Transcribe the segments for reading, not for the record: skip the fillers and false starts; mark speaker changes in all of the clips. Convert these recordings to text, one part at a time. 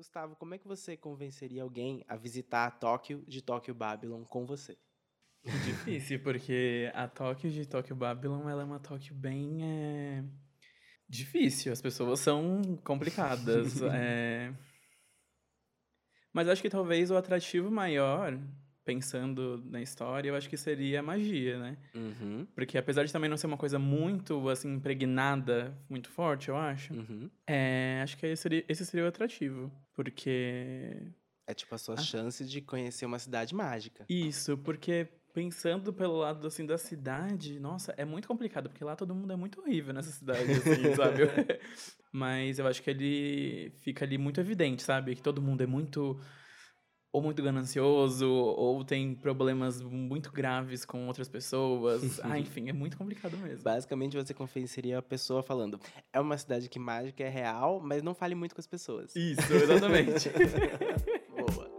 Speaker 1: Gustavo, como é que você convenceria alguém a visitar Tóquio de Tóquio Babylon com você?
Speaker 2: Difícil, porque a Tóquio de Tóquio Babylon, ela é uma Tóquio bem difícil. As pessoas são complicadas. Mas acho que talvez o atrativo maior, pensando na história, eu acho que seria a magia, né?
Speaker 1: Uhum,
Speaker 2: Porque apesar de também não ser uma coisa muito, assim, impregnada, muito forte, eu acho.
Speaker 1: uhum.
Speaker 2: Acho que esse seria o atrativo. Porque...
Speaker 1: É tipo a sua
Speaker 2: ah,
Speaker 1: chance de conhecer uma cidade mágica.
Speaker 2: Isso, porque pensando pelo lado, assim, da cidade, nossa, é muito complicado, porque lá todo mundo é muito horrível nessa cidade, assim, sabe? Mas eu acho que ele fica ali muito evidente, sabe? Que todo mundo é ou muito ganancioso, ou tem problemas muito graves com outras pessoas. Enfim, é muito complicado mesmo.
Speaker 1: Basicamente, você convenceria a pessoa falando: é uma cidade que mágica é real, mas não fale muito com as pessoas.
Speaker 2: Isso, exatamente.
Speaker 1: Boa.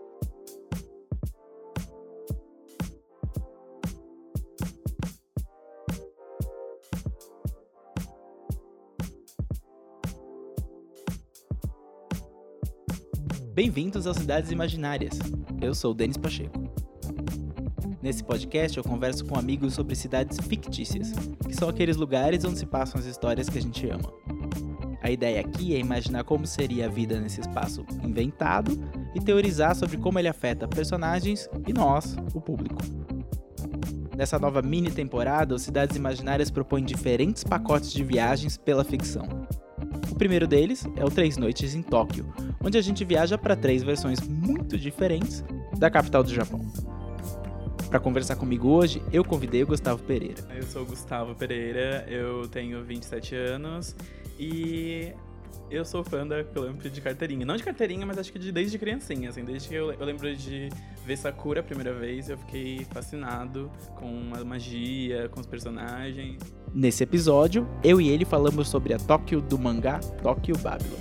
Speaker 1: Bem-vindos às Cidades Imaginárias. Eu sou o Denis Pacheco. Nesse podcast eu converso com amigos sobre cidades fictícias, que são aqueles lugares onde se passam as histórias que a gente ama. A ideia aqui é imaginar como seria a vida nesse espaço inventado e teorizar sobre como ele afeta personagens e nós, o público. Nessa nova mini temporada, o Cidades Imaginárias propõe diferentes pacotes de viagens pela ficção. O primeiro deles é o 3 Noites em Tóquio, onde a gente viaja para 3 versões muito diferentes da capital do Japão. Para conversar comigo hoje, eu convidei o Gustavo Pereira.
Speaker 2: Eu sou o Gustavo Pereira, eu tenho 27 anos e eu sou fã da Clamp de carteirinha. Não de carteirinha, mas acho que desde criancinha, assim. Desde que eu lembro de ver Sakura a primeira vez, eu fiquei fascinado com a magia, com os personagens.
Speaker 1: Nesse episódio, eu e ele falamos sobre a Tóquio do mangá Tóquio Babylon.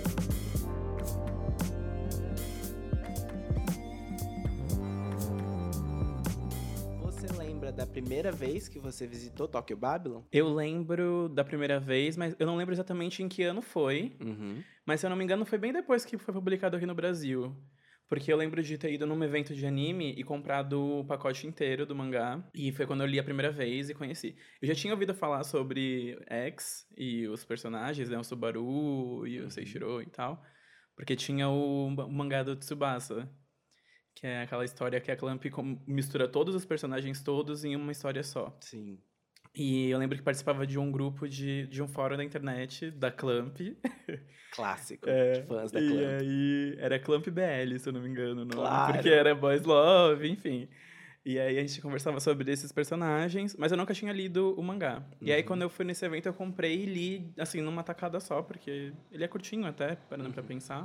Speaker 1: Você lembra da primeira vez que você visitou Tóquio Babylon?
Speaker 2: Eu lembro da primeira vez, mas eu não lembro exatamente em que ano foi.
Speaker 1: Uhum.
Speaker 2: Mas se eu não me engano, foi bem depois que foi publicado aqui no Brasil. Porque eu lembro de ter ido num evento de anime e comprado o pacote inteiro do mangá. E foi quando eu li a primeira vez e conheci. Eu já tinha ouvido falar sobre X e os personagens, né? O Subaru e o Seishiro e tal. Porque tinha o mangá do Tsubasa. Que é aquela história que a Clamp mistura todos os personagens todos em uma história só.
Speaker 1: Sim.
Speaker 2: E eu lembro que participava de um grupo de um fórum da internet, da Clamp.
Speaker 1: Clássico de fãs da
Speaker 2: E
Speaker 1: Clamp.
Speaker 2: aí era Clamp BL, se eu não me engano o nome.
Speaker 1: Claro.
Speaker 2: Porque era Boys Love, enfim. E aí a gente conversava sobre esses personagens, mas eu nunca tinha lido o mangá. E aí quando eu fui nesse evento eu comprei e li, assim, numa tacada só, porque ele é curtinho até, parando pra pensar.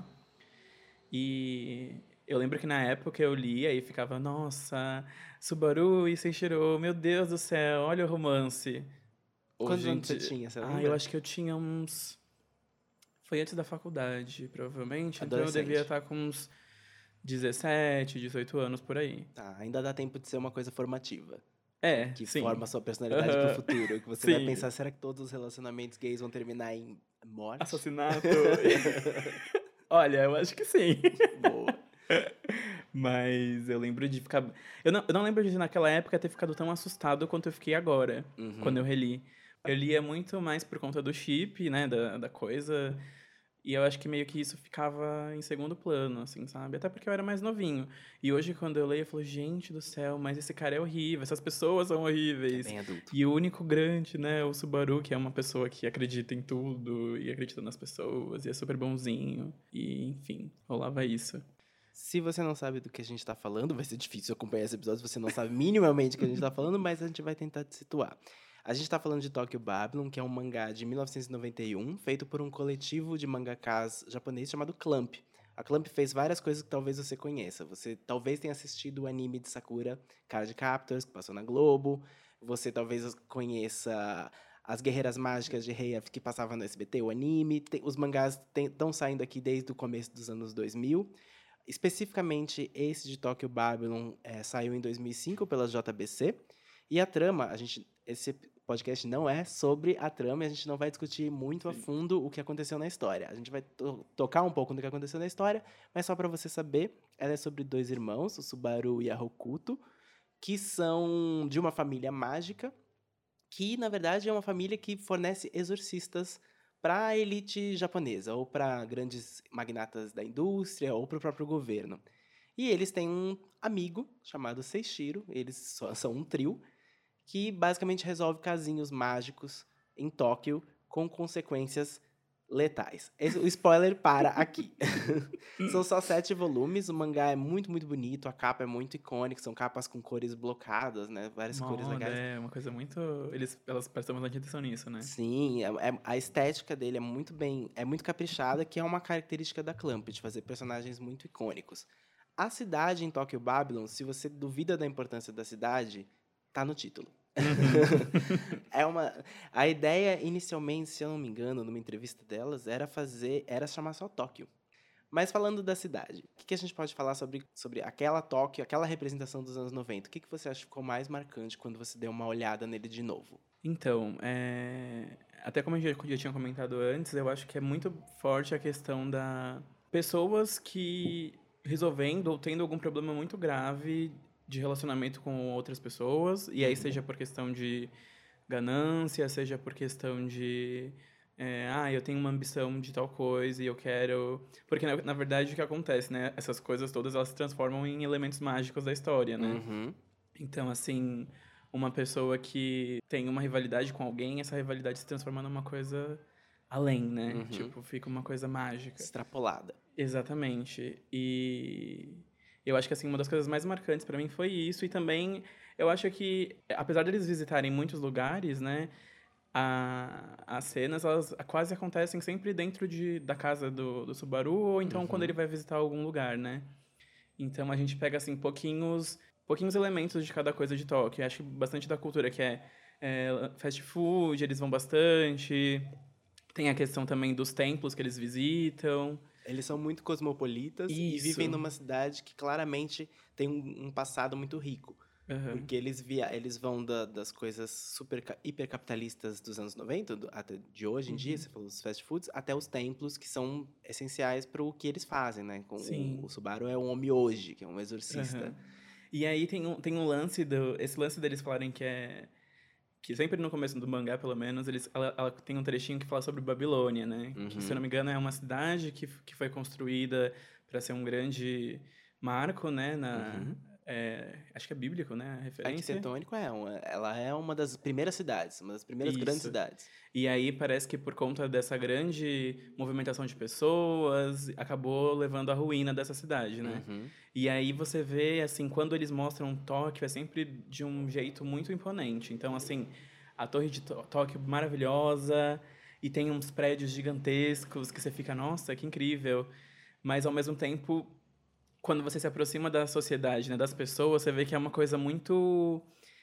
Speaker 2: E eu lembro que na época eu lia e ficava, nossa, Subaru e Seishiro, meu Deus do céu, olha o romance.
Speaker 1: Quantos anos você tinha, você lembra?
Speaker 2: Eu acho que eu tinha uns... Foi antes da faculdade, provavelmente. Então eu devia
Speaker 1: Adolescente.
Speaker 2: estar com uns 17, 18 anos por aí.
Speaker 1: Tá, ainda dá tempo de ser uma coisa formativa. Que
Speaker 2: Sim.
Speaker 1: forma a sua personalidade pro futuro. Que você vai
Speaker 2: Sim.
Speaker 1: pensar, será que todos os relacionamentos gays vão terminar em morte?
Speaker 2: Assassinato. Olha, eu acho que sim.
Speaker 1: Boa.
Speaker 2: Mas eu lembro de ficar... Eu não lembro de, naquela época, ter ficado tão assustado quanto eu fiquei agora, quando eu reli. Eu lia muito mais por conta do chip, né, da coisa. E eu acho que meio que isso ficava em segundo plano, assim, sabe? Até porque eu era mais novinho. E hoje, quando eu leio, eu falo, gente do céu, mas esse cara é horrível, essas pessoas são
Speaker 1: É
Speaker 2: horríveis.
Speaker 1: bem adulto.
Speaker 2: E o único grande, né, o Subaru, que é uma pessoa que acredita em tudo e acredita nas pessoas e é super bonzinho. E, enfim, rolava isso.
Speaker 1: Se você não sabe do que a gente tá falando, vai ser difícil acompanhar esse episódio se você não sabe minimamente o que a gente tá falando, mas a gente vai tentar te situar. A gente tá falando de Tóquio Babylon, que é um mangá de 1991, feito por um coletivo de mangakás japonês chamado Clamp. A Clamp fez várias coisas que talvez você conheça. Você talvez tenha assistido o anime de Sakura Card Captors, que passou na Globo. Você talvez conheça As Guerreiras Mágicas de Heian, que passava no SBT, o anime. Os mangás estão saindo aqui desde o começo dos anos 2000. Especificamente, esse de Tóquio Babylon saiu em 2005 pela JBC. E a trama, podcast não é sobre a trama e a gente não vai discutir muito a
Speaker 2: Sim.
Speaker 1: fundo o que aconteceu na história. A gente vai tocar um pouco no que aconteceu na história, mas só pra você saber, ela é sobre 2 irmãos, o Subaru e a Hokuto, que são de uma família mágica, que na verdade é uma família que fornece exorcistas para a elite japonesa, ou para grandes magnatas da indústria, ou para o próprio governo. E eles têm um amigo chamado Seishiro, eles são um trio, que basicamente resolve casinhos mágicos em Tóquio com consequências letais. O spoiler para aqui. São só 7 volumes, o mangá é muito, muito bonito, a capa é muito icônica, são capas com cores blocadas, né? Várias cores
Speaker 2: Moda,
Speaker 1: legais.
Speaker 2: é uma coisa muito... Elas prestam bastante atenção nisso, né?
Speaker 1: Sim, a estética dele é muito caprichada, que é uma característica da Clamp, de fazer personagens muito icônicos. A cidade em Tóquio Babylon, se você duvida da importância da cidade, tá no título.
Speaker 2: Uhum.
Speaker 1: A ideia, inicialmente, se eu não me engano, numa entrevista delas, era chamar só Tóquio. Mas falando da cidade, o que a gente pode falar sobre aquela Tóquio, aquela representação dos anos 90? O que você acha que ficou mais marcante quando você deu uma olhada nele de novo?
Speaker 2: Então, até como já tinha comentado antes, eu acho que é muito forte a questão da pessoas que resolvendo ou tendo algum problema muito grave de relacionamento com outras pessoas, e aí seja por questão de ganância, seja por questão de eu tenho uma ambição de tal coisa e eu quero... Porque, na verdade, o que acontece, né? Essas coisas todas, elas se transformam em elementos mágicos da história, né?
Speaker 1: Uhum.
Speaker 2: Então, assim, uma pessoa que tem uma rivalidade com alguém, essa rivalidade se transforma numa coisa além, né?
Speaker 1: Uhum.
Speaker 2: Tipo, fica uma coisa mágica.
Speaker 1: Extrapolada.
Speaker 2: Exatamente. E eu acho que, assim, uma das coisas mais marcantes pra mim foi isso. E também, eu acho que, apesar deles visitarem muitos lugares, né? As cenas, elas quase acontecem sempre dentro da casa do Subaru, ou então quando ele vai visitar algum lugar, né? Então a gente pega, assim, pouquinhos elementos de cada coisa de Tóquio. Eu acho que bastante da cultura, que fast food, eles vão bastante. Tem a questão também dos templos que eles visitam.
Speaker 1: Eles são muito cosmopolitas e vivem
Speaker 2: Isso.
Speaker 1: numa cidade que claramente tem um passado muito rico.
Speaker 2: Aham.
Speaker 1: Porque eles vão das coisas hipercapitalistas dos anos 90, até de hoje em dia, você falou dos fast foods, até os templos que são essenciais para o que eles fazem, né?
Speaker 2: Sim.
Speaker 1: O Subaru é um homem hoje, que é um exorcista.
Speaker 2: Aham. E aí tem um lance esse lance deles falarem que sempre no começo do mangá, pelo menos, ela tem um trechinho que fala sobre Babilônia, né? Que, se eu não me engano, é uma cidade que foi construída para ser um grande marco, né? Acho que é bíblico, né? A referência.
Speaker 1: Arquitetônico ela é uma das primeiras cidades, uma das primeiras grandes
Speaker 2: Isso.
Speaker 1: cidades.
Speaker 2: E aí parece que por conta dessa grande movimentação de pessoas, acabou levando à ruína dessa cidade, né?
Speaker 1: Uhum.
Speaker 2: E aí você vê, assim, quando eles mostram Tóquio, é sempre de um jeito muito imponente. Então, assim, a torre de Tóquio maravilhosa, e tem uns prédios gigantescos que você fica, nossa, que incrível. Mas, ao mesmo tempo, quando você se aproxima da sociedade, né, das pessoas, você vê que é uma coisa muito...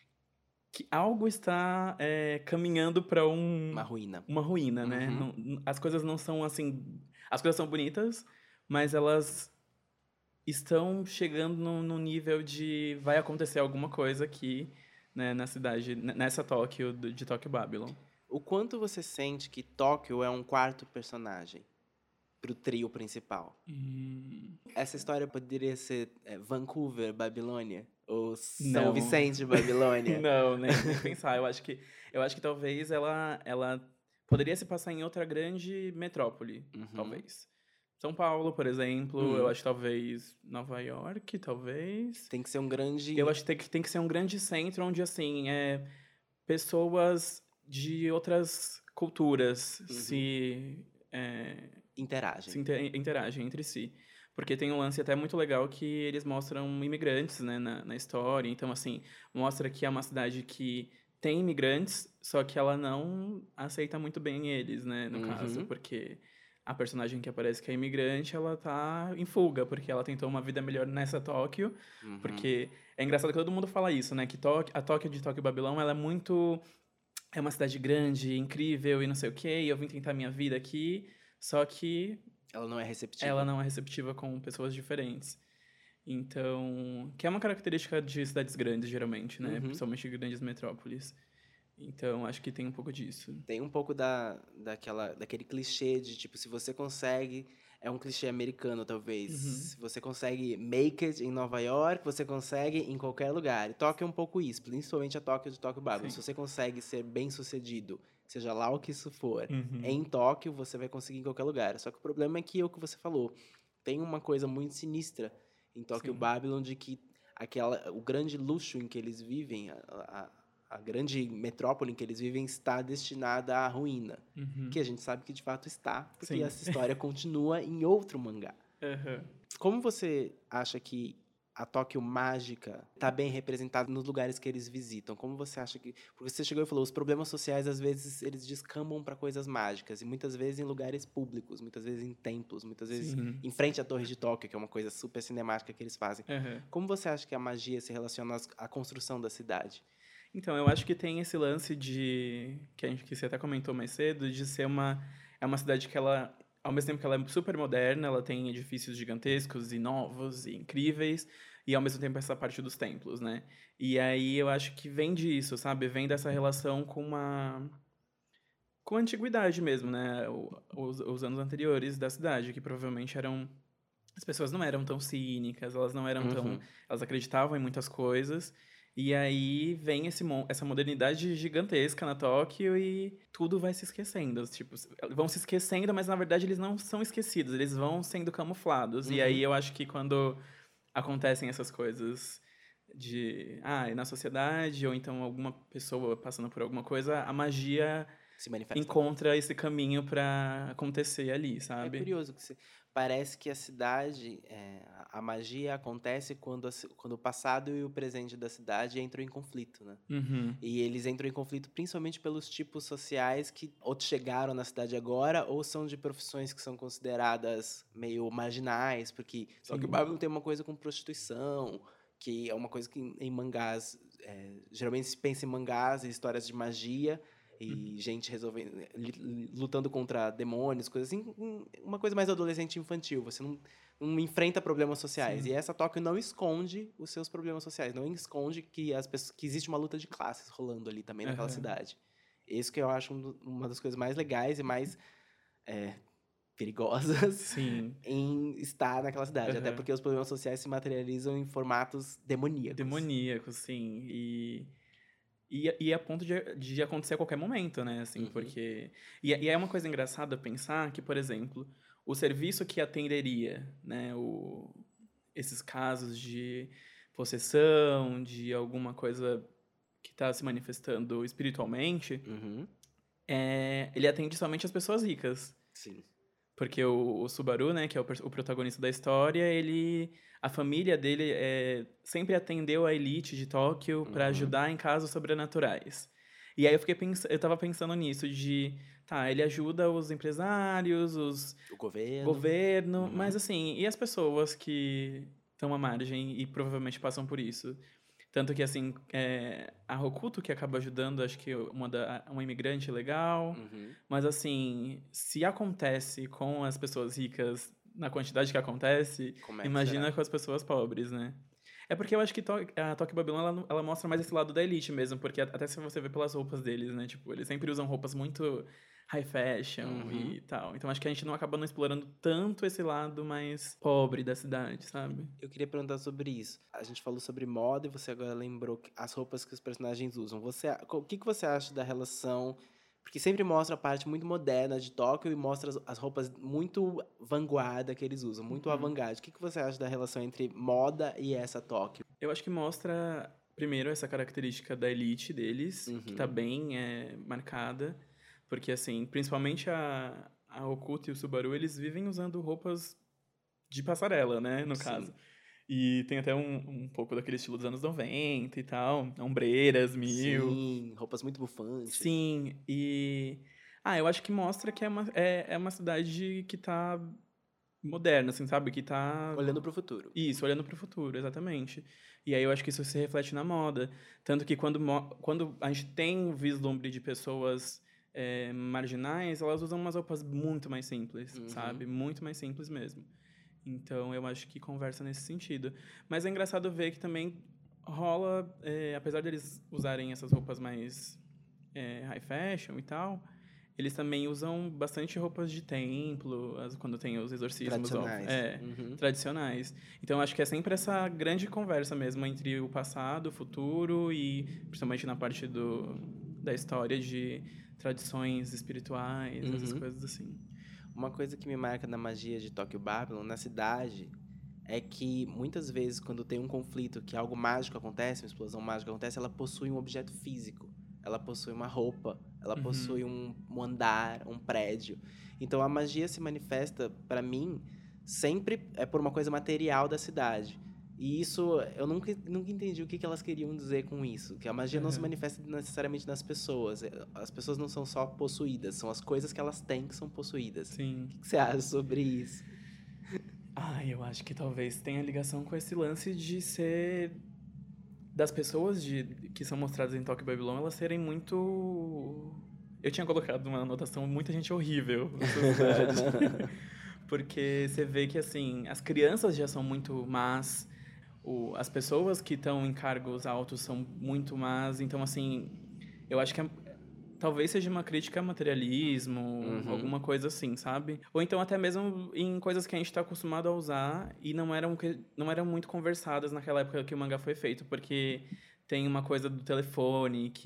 Speaker 2: que algo está caminhando para
Speaker 1: Uma ruína.
Speaker 2: uma ruína, né?
Speaker 1: Uhum.
Speaker 2: As coisas não são assim... As coisas são bonitas, mas elas estão chegando no nível de vai acontecer alguma coisa aqui, né, na cidade, nessa Tóquio, de Tóquio Babylon.
Speaker 1: O quanto você sente que Tóquio é um quarto personagem pro trio principal? Essa história poderia ser Vancouver, Babilônia? Ou São
Speaker 2: Não.
Speaker 1: Vicente, Babilônia?
Speaker 2: Não, nem pensar. Eu acho que talvez ela poderia se passar em outra grande metrópole, talvez. São Paulo, por exemplo, eu acho que talvez Nova York, talvez.
Speaker 1: Tem que ser um grande...
Speaker 2: Eu acho que tem que ser um grande centro onde, assim, pessoas de outras culturas
Speaker 1: interagem.
Speaker 2: interagem entre si. Porque tem um lance até muito legal que eles mostram imigrantes, né, na história. Então, assim, mostra que é uma cidade que tem imigrantes, só que ela não aceita muito bem eles, né, no caso. Porque a personagem que aparece que é imigrante, ela tá em fuga, porque ela tentou uma vida melhor nessa Tóquio. Porque é engraçado que todo mundo fala isso, né, que a Tóquio de Tóquio Babylon, ela é muito... É uma cidade grande, incrível e não sei o quê, e eu vim tentar minha vida aqui, só que...
Speaker 1: Ela não é receptiva.
Speaker 2: Ela não é receptiva com pessoas diferentes. Então, que é uma característica de cidades grandes, geralmente, né? Principalmente grandes metrópoles. Então, acho que tem um pouco disso.
Speaker 3: Tem um pouco daquele clichê de, tipo, se você consegue... É um clichê americano, talvez.
Speaker 2: Uhum.
Speaker 3: Se você consegue make it em Nova York, você consegue em qualquer lugar. E Tóquio é um pouco isso, principalmente a Tóquio de Tóquio Babylon.
Speaker 2: Sim.
Speaker 3: Se você consegue ser bem-sucedido, seja lá o que isso for,
Speaker 2: Uhum.
Speaker 3: em Tóquio, você vai conseguir em qualquer lugar. Só que o problema é que é o que você falou. Tem uma coisa muito sinistra em Tóquio
Speaker 2: Sim.
Speaker 3: Babylon de que o grande luxo em que eles vivem, a grande metrópole em que eles vivem está destinada à ruína.
Speaker 2: Uhum.
Speaker 3: Que a gente sabe que de fato está, porque
Speaker 2: Sim.
Speaker 3: essa história continua em outro mangá.
Speaker 2: Uhum.
Speaker 3: Como você acha que a Tóquio mágica está bem representada nos lugares que eles visitam? Como você acha que... Porque você chegou e falou, os problemas sociais, às vezes, eles descambam para coisas mágicas, e muitas vezes em lugares públicos, muitas vezes em templos, muitas vezes
Speaker 2: Sim.
Speaker 3: em frente à Torre de Tóquio, que é uma coisa super cinemática que eles fazem.
Speaker 2: Uhum.
Speaker 3: Como você acha que a magia se relaciona à construção da cidade?
Speaker 2: Então, eu acho que tem esse lance que você até comentou mais cedo, de ser é uma cidade que ela, ao mesmo tempo que ela é super moderna, ela tem edifícios gigantescos e novos e incríveis, e ao mesmo tempo essa parte dos templos, né? E aí eu acho que vem disso, sabe? Vem dessa relação com a antiguidade mesmo, né? Os anos anteriores da cidade, que provavelmente eram... As pessoas não eram tão cínicas, elas não eram tão... Elas acreditavam em muitas coisas. E aí vem essa modernidade gigantesca na Tóquio e tudo vai se esquecendo. Tipo, vão se esquecendo, mas na verdade eles não são esquecidos, eles vão sendo camuflados. E aí eu acho que quando acontecem essas coisas na sociedade, ou então alguma pessoa passando por alguma coisa, a magia
Speaker 3: Se manifesta.
Speaker 2: encontra esse caminho pra acontecer ali,
Speaker 3: É
Speaker 2: sabe?
Speaker 3: curioso que parece que a cidade, a magia acontece quando o passado e o presente da cidade entram em conflito, né?
Speaker 2: Uhum.
Speaker 3: E eles entram em conflito principalmente pelos tipos sociais que ou chegaram na cidade agora ou são de profissões que são consideradas meio marginais, porque só que o Babylon tem uma coisa com prostituição, que é uma coisa que em mangás, geralmente se pensa em mangás e histórias de magia, e gente lutando contra demônios, coisas assim, uma coisa mais adolescente e infantil. Você não enfrenta problemas sociais.
Speaker 2: Sim.
Speaker 3: E essa Tóquio não esconde os seus problemas sociais, não esconde que que existe uma luta de classes rolando ali também naquela cidade. Isso que eu acho uma das coisas mais legais e mais perigosas
Speaker 2: Sim.
Speaker 3: em estar naquela cidade. Até porque os problemas sociais se materializam em formatos demoníacos.
Speaker 2: Demoníacos, sim. E a ponto de acontecer a qualquer momento, né? Assim, porque... E é uma coisa engraçada pensar que, por exemplo, o serviço que atenderia, né, esses casos de possessão, de alguma coisa que está se manifestando espiritualmente, ele atende somente as pessoas ricas.
Speaker 3: Sim.
Speaker 2: Porque o Subaru, né, que é o protagonista da história, a família dele sempre atendeu a elite de Tóquio para ajudar em casos sobrenaturais. E aí eu tava pensando nisso, ele ajuda os empresários, o governo, mas assim, e as pessoas que estão à margem e provavelmente passam por isso? Tanto que, assim, a Hokuto que acaba ajudando, acho que uma imigrante legal. Mas, assim, se acontece com as pessoas ricas na quantidade que acontece, imagina com as pessoas pobres, né? É porque eu acho que a Tóquio Babylon, ela mostra mais esse lado da elite mesmo. Porque até se você vê pelas roupas deles, né? Tipo, eles sempre usam roupas muito high fashion e tal. Então, acho que a gente acaba não explorando tanto esse lado mais pobre da cidade, sabe?
Speaker 3: Eu queria perguntar sobre isso. A gente falou sobre moda e você agora lembrou as roupas que os personagens usam. O que você acha da relação... Porque sempre mostra a parte muito moderna de Tóquio e mostra as roupas muito vanguarda que eles usam, muito avant-garde. O que você acha da relação entre moda e essa Tóquio?
Speaker 2: Eu acho que mostra, primeiro, essa característica da elite deles, que tá bem marcada. Porque, assim, principalmente a Hokuto e o Subaru, eles vivem usando roupas de passarela, né, no caso. E tem até um pouco daquele estilo dos anos 90 e tal, ombreiras,
Speaker 3: Sim, roupas muito bufantes.
Speaker 2: Sim, eu acho que mostra que é uma cidade que tá moderna, assim, sabe? Que tá...
Speaker 3: Olhando pro futuro.
Speaker 2: Isso, olhando pro futuro, exatamente. E aí eu acho que isso se reflete na moda. Tanto que quando a gente tem um vislumbre de pessoas marginais, elas usam umas roupas muito mais simples, sabe? Muito mais simples mesmo. Então, eu acho que conversa nesse sentido. Mas é engraçado ver que também rola, apesar deles usarem essas roupas mais high fashion e tal, eles também usam bastante roupas de templo, quando tem os exorcismos.
Speaker 3: Tradicionais.
Speaker 2: Tradicionais. Então, acho que é sempre essa grande conversa mesmo entre o passado, o futuro e, principalmente na parte da história de tradições espirituais, essas coisas assim.
Speaker 3: Uma coisa que me marca na magia de Tokyo Babylon, na cidade, é que muitas vezes quando tem um conflito, que algo mágico acontece, uma explosão mágica acontece, ela possui um objeto físico. Ela possui uma roupa, ela possui um andar, um prédio. Então a magia se manifesta, para mim, sempre é por uma coisa material da cidade. E isso, eu nunca entendi o que elas queriam dizer com isso. Que a magia não se manifesta necessariamente nas pessoas. As pessoas não são só possuídas, são as coisas que elas têm que são possuídas.
Speaker 2: Sim.
Speaker 3: O que você acha sobre isso?
Speaker 2: Eu acho que talvez tenha ligação com esse lance de ser... Das pessoas que são mostradas em Tokyo Babylon, elas serem muito... Eu tinha colocado uma anotação, muita gente horrível na sociedade. Porque você vê que, assim, as crianças já são muito más, as pessoas que estão em cargos altos são muito más. Então, assim, eu acho que talvez seja uma crítica ao materialismo, alguma coisa assim, sabe? Ou então até mesmo em coisas que a gente está acostumado a usar e não eram muito conversadas naquela época que o mangá foi feito, porque tem uma coisa do telefone, que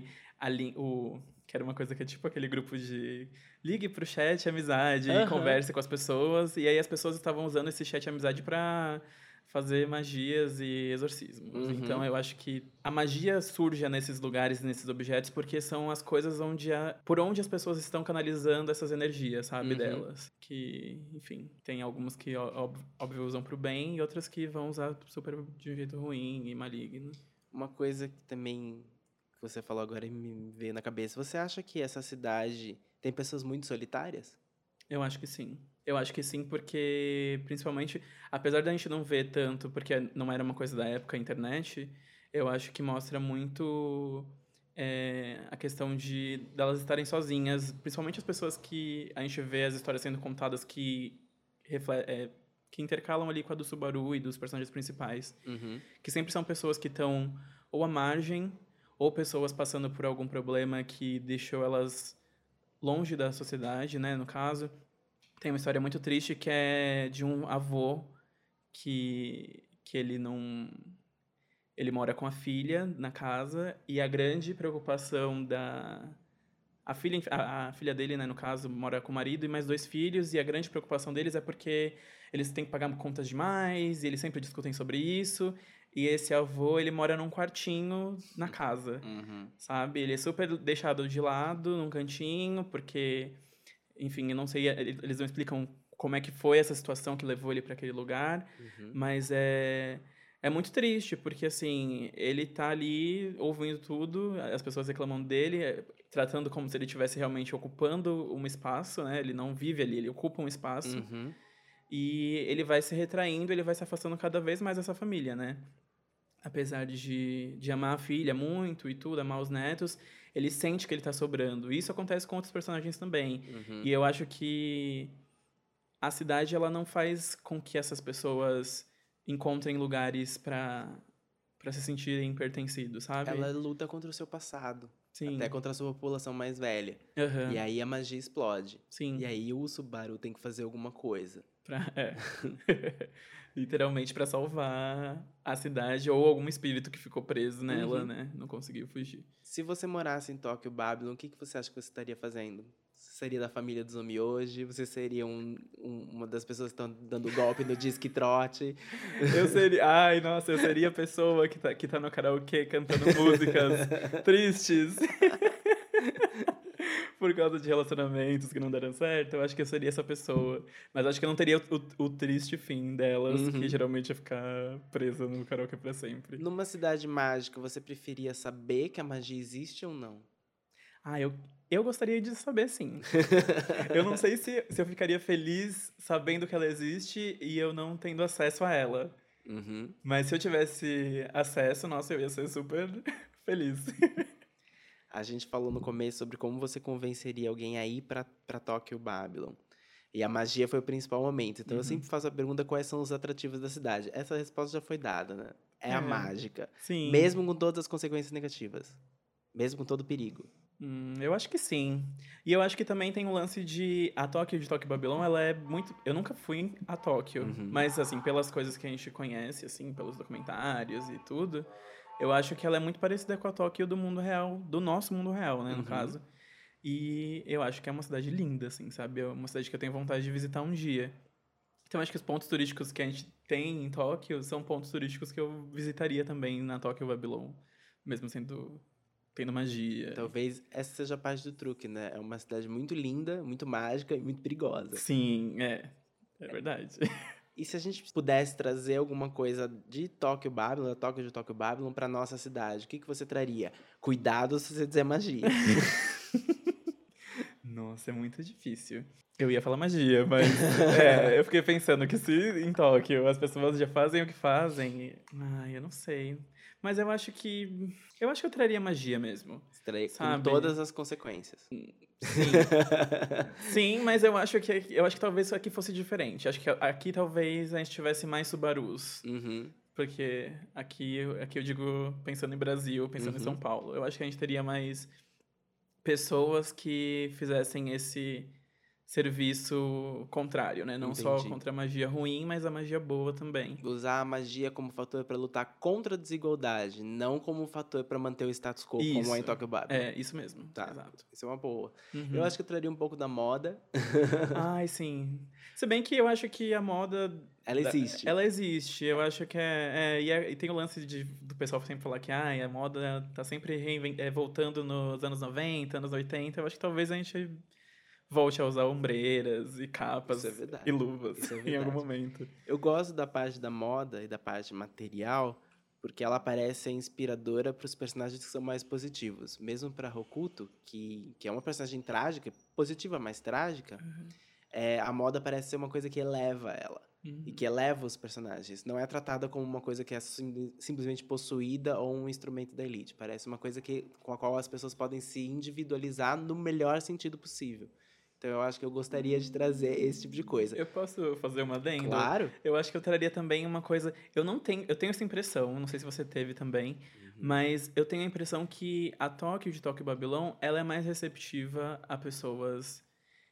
Speaker 2: que era uma coisa que é tipo aquele grupo de ligue pro chat amizade e converse com as pessoas, e aí as pessoas estavam usando esse chat amizade pra fazer magias e exorcismos. Então, eu acho que a magia surge nesses lugares, nesses objetos, porque são as coisas por onde as pessoas estão canalizando essas energias, sabe, delas. Que, enfim, tem algumas que, óbvio, usam pro bem e outras que vão usar super de um jeito ruim e maligno.
Speaker 3: Uma coisa que também que você falou agora e me veio na cabeça. Você acha que essa cidade tem pessoas muito solitárias?
Speaker 2: Eu acho que sim. Eu acho que sim, porque, principalmente, apesar da gente não ver tanto, porque não era uma coisa da época, a internet, eu acho que mostra muito a questão delas estarem sozinhas, principalmente as pessoas que a gente vê as histórias sendo contadas que intercalam ali com a do Subaru e dos personagens principais, que sempre são pessoas que estão ou à margem, ou pessoas passando por algum problema que deixou elas longe da sociedade, né, no caso. Tem uma história muito triste que é de um avô que ele não... Ele mora com a filha na casa e a grande preocupação a filha dele, né, no caso, mora com o marido e mais 2 filhos, e a grande preocupação deles é porque eles têm que pagar contas demais, e eles sempre discutem sobre isso. E esse avô, ele mora num quartinho na casa, sabe? Ele é super deixado de lado, num cantinho, porque... Enfim, eu não sei, eles não explicam como é que foi essa situação que levou ele para aquele lugar, mas é muito triste, porque, assim, ele tá ali ouvindo tudo, as pessoas reclamam dele, tratando como se ele estivesse realmente ocupando um espaço, né? Ele não vive ali, ele ocupa um espaço. E ele vai se retraindo, ele vai se afastando cada vez mais dessa família, né? Apesar de amar a filha muito e tudo, amar os netos, ele sente que ele tá sobrando. E isso acontece com outros personagens também. E eu acho que a cidade, ela não faz com que essas pessoas encontrem lugares para se sentirem pertencidos, sabe?
Speaker 3: Ela luta contra o seu passado.
Speaker 2: Sim.
Speaker 3: Até contra a sua população mais velha. E aí a magia explode.
Speaker 2: Sim.
Speaker 3: E aí o Subaru tem que fazer alguma coisa.
Speaker 2: Literalmente para salvar a cidade ou algum espírito que ficou preso nela, né? Não conseguiu fugir.
Speaker 3: Se você morasse em Tokyo Babylon, o que você acha que você estaria fazendo? Você seria da família do Zomi hoje? Você seria uma das pessoas que estão dando golpe no disque trote?
Speaker 2: Eu seria... Ai, nossa, eu seria a pessoa que tá no karaokê cantando músicas tristes. Por causa de relacionamentos que não deram certo, eu acho que eu seria essa pessoa. Mas acho que eu não teria o triste fim delas, que geralmente é ficar presa no karaokê pra sempre.
Speaker 3: Numa cidade mágica, você preferia saber que a magia existe ou não?
Speaker 2: Eu gostaria de saber, sim. Eu não sei se eu ficaria feliz sabendo que ela existe e eu não tendo acesso a ela. Mas se eu tivesse acesso, nossa, eu ia ser super feliz.
Speaker 3: A gente falou no começo sobre como você convenceria alguém a ir pra Tokyo Babylon. E a magia foi o principal momento. Então eu sempre faço a pergunta: quais são os atrativos da cidade? Essa resposta já foi dada, né? É a mágica.
Speaker 2: Sim.
Speaker 3: Mesmo com todas as consequências negativas. Mesmo com todo o perigo.
Speaker 2: Eu acho que sim. E eu acho que também tem um lance de... A Tóquio de Tóquio Babylon, ela é muito... Eu nunca fui a Tóquio, mas, assim, pelas coisas que a gente conhece, assim, pelos documentários e tudo, eu acho que ela é muito parecida com a Tóquio do mundo real, do nosso mundo real, né, no caso. E eu acho que é uma cidade linda, assim, sabe? É uma cidade que eu tenho vontade de visitar um dia. Então, acho que os pontos turísticos que a gente tem em Tóquio são pontos turísticos que eu visitaria também na Tóquio Babylon, mesmo tendo magia.
Speaker 3: Talvez essa seja a parte do truque, né? É uma cidade muito linda, muito mágica e muito perigosa.
Speaker 2: Sim, é verdade.
Speaker 3: E se a gente pudesse trazer alguma coisa de Tóquio Babylon, da Tóquio de Tóquio Babylon, pra nossa cidade, o que você traria? Cuidado se você dizer magia.
Speaker 2: Nossa, é muito difícil. Eu ia falar magia, mas eu fiquei pensando que se em Tóquio as pessoas já fazem o que fazem, eu não sei. Mas eu acho que eu traria magia mesmo.
Speaker 3: Você traria com
Speaker 2: sabe?
Speaker 3: todas as consequências.
Speaker 2: Sim, mas eu acho que talvez aqui fosse diferente. Acho que aqui talvez a gente tivesse mais Subarus. Porque aqui eu digo pensando em Brasil, pensando em São Paulo. Eu acho que a gente teria mais pessoas que fizessem esse serviço contrário, né? Não só contra a magia ruim, mas a magia boa também.
Speaker 3: Usar a magia como fator para lutar contra a desigualdade, não como fator para manter o status quo, como é em Tóquio Babylon.
Speaker 2: É, isso mesmo.
Speaker 3: Tá,
Speaker 2: exato.
Speaker 3: Isso é uma boa. Eu acho que eu traria um pouco da moda.
Speaker 2: Ai, sim. Se bem que eu acho que a moda...
Speaker 3: Ela existe.
Speaker 2: Ela existe. Eu acho que e tem o lance do pessoal sempre falar que a moda tá sempre voltando nos anos 90, anos 80. Eu acho que talvez a gente volte a usar ombreiras e capas e luvas em algum momento.
Speaker 3: Eu gosto da parte da moda e da parte material, porque ela parece ser inspiradora para os personagens que são mais positivos. Mesmo para Hokuto, que é uma personagem trágica, positiva, mas trágica, a moda parece ser uma coisa que eleva ela. E que eleva os personagens. Não é tratada como uma coisa que é simplesmente possuída ou um instrumento da elite. Parece uma coisa com a qual as pessoas podem se individualizar no melhor sentido possível. Então, eu acho que eu gostaria de trazer esse tipo de coisa.
Speaker 2: Eu posso fazer uma adendo?
Speaker 3: Claro.
Speaker 2: Eu acho que eu traria também uma coisa... Eu tenho essa impressão, não sei se você teve também, mas eu tenho a impressão que a Tóquio de Tóquio Babylon, ela é mais receptiva a pessoas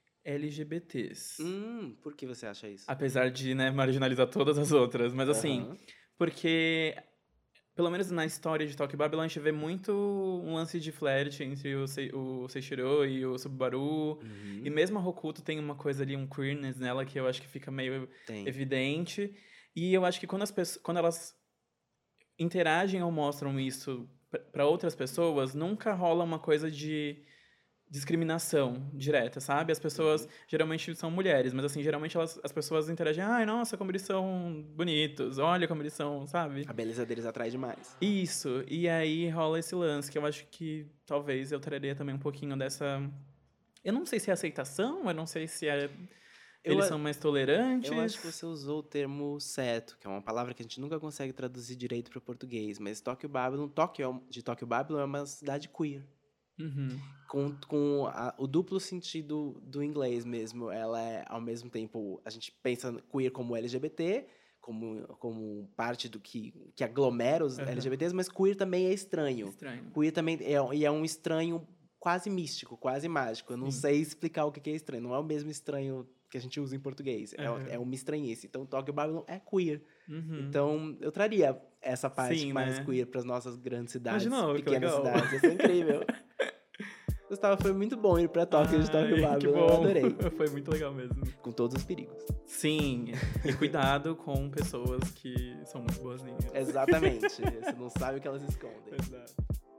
Speaker 2: LGBTs.
Speaker 3: Por que você acha isso?
Speaker 2: Apesar de, marginalizar todas as outras. Mas assim, porque... Pelo menos na história de Tóquio Babylon, a gente vê muito um lance de flerte entre o Seishiro e o Subaru. E mesmo a Hokuto tem uma coisa ali, um queerness nela, que eu acho que fica meio evidente. E eu acho que quando elas interagem ou mostram isso para outras pessoas, nunca rola uma coisa de discriminação direta, sabe? As pessoas geralmente são mulheres, mas assim, geralmente as pessoas interagem, nossa, como eles são bonitos, olha como eles são, sabe?
Speaker 3: A beleza deles atrai demais.
Speaker 2: Isso, e aí rola esse lance, que eu acho que talvez eu traria também um pouquinho dessa... Eu não sei se é aceitação, eu não sei se eles são mais tolerantes.
Speaker 3: Eu acho que você usou o termo certo, que é uma palavra que a gente nunca consegue traduzir direito para português, mas Tóquio de Tóquio Babylon é uma cidade queer. Com o duplo sentido do inglês mesmo. Ela é, ao mesmo tempo, a gente pensa queer como LGBT, como parte do que aglomera os LGBTs, mas queer também é estranho. Queer também é um estranho quase místico, quase mágico. Eu não sei explicar o que é estranho. Não é o mesmo estranho que a gente usa em português. É uma estranhice. Então, Tóquio Babylon é queer. Então, eu traria essa parte mais queer para as nossas grandes cidades, pequenas cidades. Isso é incrível. Gustavo, foi muito bom ir pra Tóquio de Tóquio Babylon. Eu adorei.
Speaker 2: Foi muito legal mesmo.
Speaker 3: Com todos os perigos.
Speaker 2: Sim. E cuidado com pessoas que são muito boazinhas.
Speaker 3: Exatamente. Você não sabe o que elas escondem.
Speaker 2: Exato.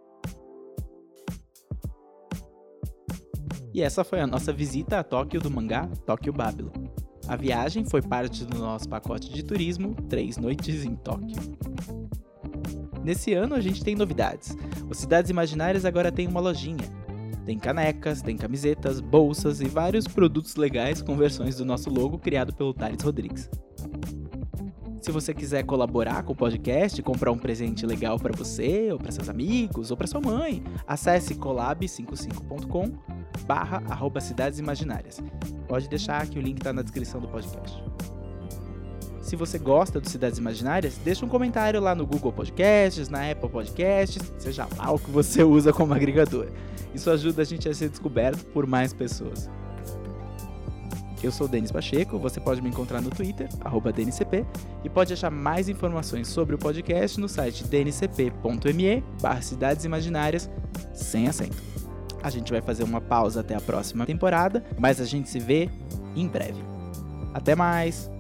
Speaker 1: E essa foi a nossa visita a Tóquio do mangá Tóquio Babylon. A viagem foi parte do nosso pacote de turismo 3 noites em Tóquio. Nesse ano a gente tem novidades. Os Cidades Imaginárias agora tem uma lojinha. Tem canecas, tem camisetas, bolsas e vários produtos legais com versões do nosso logo criado pelo Thales Rodrigues. Se você quiser colaborar com o podcast, comprar um presente legal para você, ou para seus amigos, ou para sua mãe, acesse colab55.com/@cidadesimaginárias. Pode deixar que o link está na descrição do podcast. Se você gosta do Cidades Imaginárias, deixa um comentário lá no Google Podcasts, na Apple Podcasts, seja lá o que você usa como agregador. Isso ajuda a gente a ser descoberto por mais pessoas. Eu sou o Denis Pacheco, você pode me encontrar no Twitter, @DNCP, e pode achar mais informações sobre o podcast no site dncp.me/Cidades Imaginárias, sem acento. A gente vai fazer uma pausa até a próxima temporada, mas a gente se vê em breve. Até mais!